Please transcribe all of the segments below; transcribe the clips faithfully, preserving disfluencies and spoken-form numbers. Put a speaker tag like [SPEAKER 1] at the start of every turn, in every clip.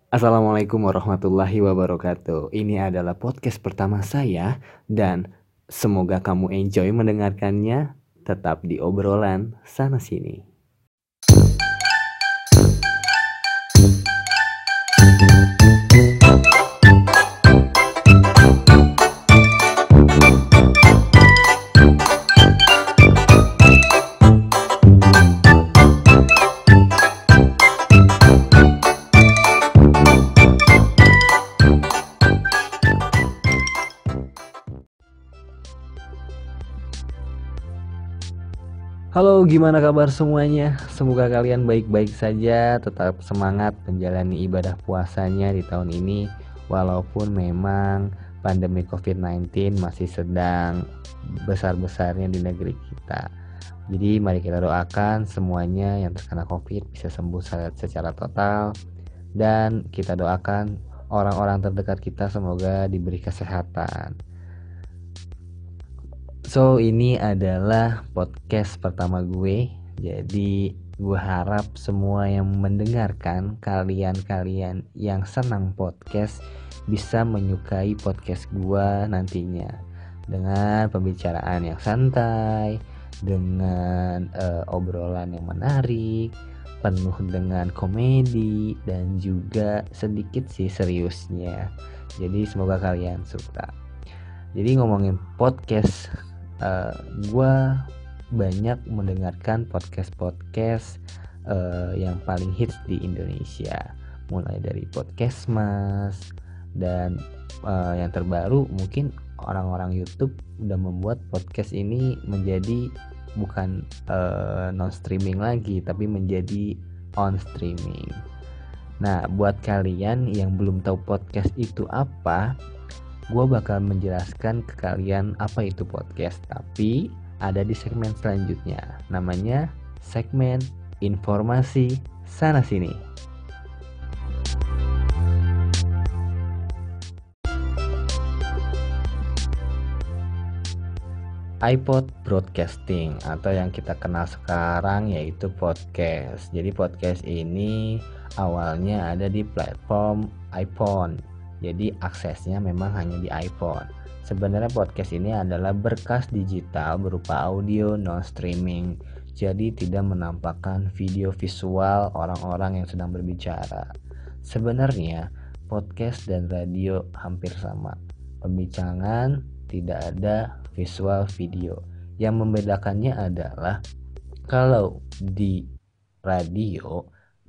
[SPEAKER 1] Assalamualaikum warahmatullahi wabarakatuh. Ini adalah podcast pertama saya dan semoga kamu enjoy mendengarkannya. Tetap di obrolan sana sini. Halo, gimana kabar semuanya? Semoga kalian baik-baik saja, tetap semangat menjalani ibadah puasanya di tahun ini, walaupun memang pandemi covid sembilan belas masih sedang besar-besarnya di negeri kita. Jadi mari kita doakan semuanya yang terkena covid bisa sembuh secara total, dan kita doakan orang-orang terdekat kita semoga diberi kesehatan. So ini adalah podcast pertama gue. Jadi gue harap semua yang mendengarkan, kalian-kalian yang senang podcast bisa menyukai podcast gue nantinya, dengan pembicaraan yang santai, dengan uh, obrolan yang menarik, penuh dengan komedi dan juga sedikit sih seriusnya. Jadi semoga kalian suka. Jadi ngomongin podcast, uh, gue banyak mendengarkan podcast-podcast uh, yang paling hits di Indonesia, mulai dari podcast Mas, dan uh, yang terbaru mungkin orang-orang YouTube udah membuat podcast ini menjadi bukan uh, non streaming lagi, tapi menjadi on streaming. Nah, buat kalian yang belum tahu podcast itu apa, gue bakal menjelaskan ke kalian apa itu podcast, tapi ada di segmen selanjutnya, namanya segmen informasi sana sini. iPod Broadcasting atau yang kita kenal sekarang yaitu podcast. Jadi podcast ini awalnya ada di platform iPhone. Jadi aksesnya memang hanya di iPhone. Sebenarnya podcast ini adalah berkas digital berupa audio non streaming. Jadi tidak menampakkan video visual orang-orang yang sedang berbicara. Sebenarnya podcast dan radio hampir sama. Pembincangan tidak ada visual video. Yang membedakannya adalah kalau di radio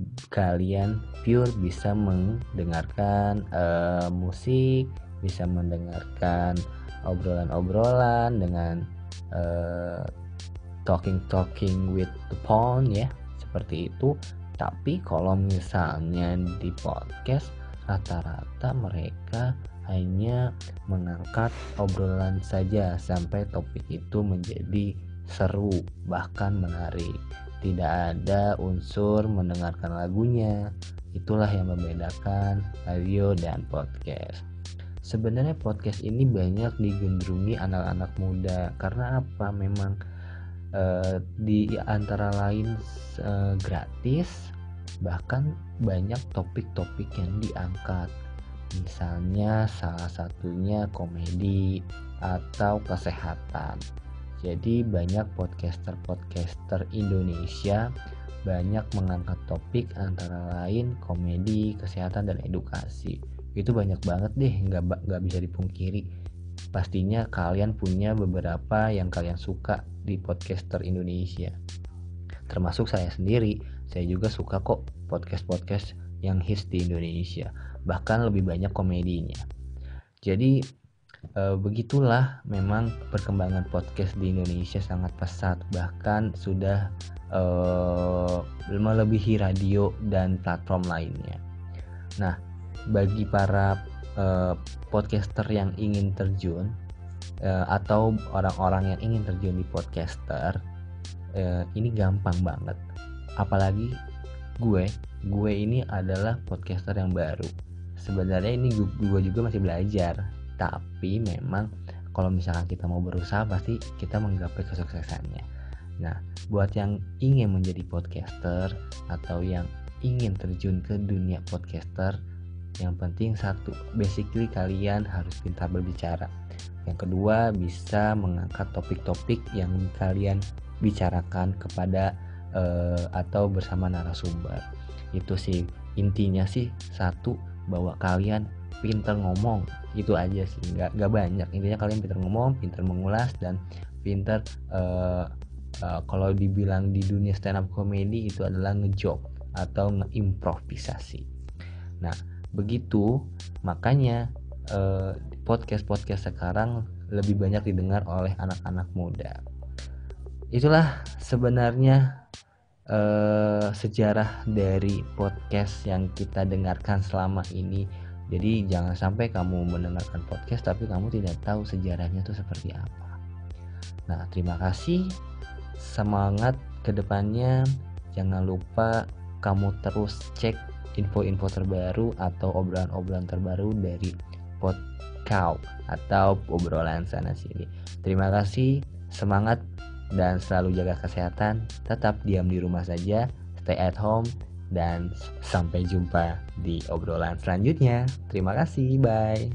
[SPEAKER 1] kalian pure bisa mendengarkan uh, musik, bisa mendengarkan obrolan-obrolan dengan uh, talking-talking with the phone ya, seperti itu. Tapi kalau misalnya di podcast rata-rata mereka hanya mengangkat obrolan saja sampai topik itu menjadi seru bahkan menarik. Tidak ada unsur mendengarkan lagunya. Itulah yang membedakan radio dan podcast. Sebenarnya podcast ini banyak digandrungi anak-anak muda. Karena apa? Memang eh, di antara lain eh, gratis, bahkan banyak topik-topik yang diangkat. Misalnya salah satunya komedi atau kesehatan. Jadi banyak podcaster-podcaster Indonesia banyak mengangkat topik antara lain komedi, kesehatan, dan edukasi. Itu banyak banget deh, nggak nggak bisa dipungkiri. Pastinya kalian punya beberapa yang kalian suka di podcaster Indonesia. Termasuk saya sendiri, saya juga suka kok podcast-podcast yang hits di Indonesia. Bahkan lebih banyak komedinya. Jadi e, begitulah memang perkembangan podcast di Indonesia sangat pesat, bahkan sudah e, melebihi radio dan platform lainnya. Nah, bagi para e, podcaster yang ingin terjun e, atau orang-orang yang ingin terjun di podcaster, e, ini gampang banget. Apalagi gue, gue ini adalah podcaster yang baru. Sebenarnya ini gue juga masih belajar, tapi memang kalau misalkan kita mau berusaha pasti kita menggapai kesuksesannya. Nah, buat yang ingin menjadi podcaster atau yang ingin terjun ke dunia podcaster, Yang penting satu, basically kalian harus pintar berbicara. Yang kedua, bisa mengangkat topik-topik yang kalian bicarakan kepada uh, atau bersama narasumber. Itu sih intinya sih, satu, bahwa kalian pintar ngomong. Itu aja sih, nggak nggak banyak. Intinya kalian pintar ngomong, pintar mengulas, dan pintar uh, uh, kalau dibilang di dunia stand up comedy itu adalah ngejoke atau ngeimprovisasi. Nah, begitu makanya eh, podcast-podcast sekarang lebih banyak didengar oleh anak-anak muda. Itulah sebenarnya eh, sejarah dari podcast yang kita dengarkan selama ini. Jadi jangan sampai kamu mendengarkan podcast tapi kamu tidak tahu sejarahnya itu seperti apa. Nah, terima kasih. Semangat ke depannya. Jangan lupa kamu terus cek info-info terbaru atau obrolan-obrolan terbaru dari podcast atau obrolan sana sini. Terima kasih, semangat, dan selalu jaga kesehatan. Tetap diam di rumah saja, stay at home, dan sampai jumpa di obrolan selanjutnya. Terima kasih, bye.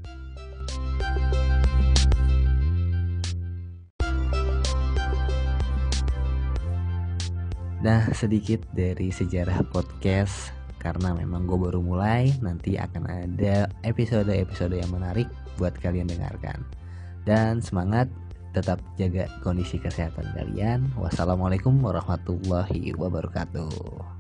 [SPEAKER 1] Nah, sedikit dari sejarah podcast. Karena memang gue baru mulai, nanti akan ada episode-episode yang menarik buat kalian dengarkan. Dan semangat, tetap jaga kondisi kesehatan kalian. Wassalamualaikum warahmatullahi wabarakatuh.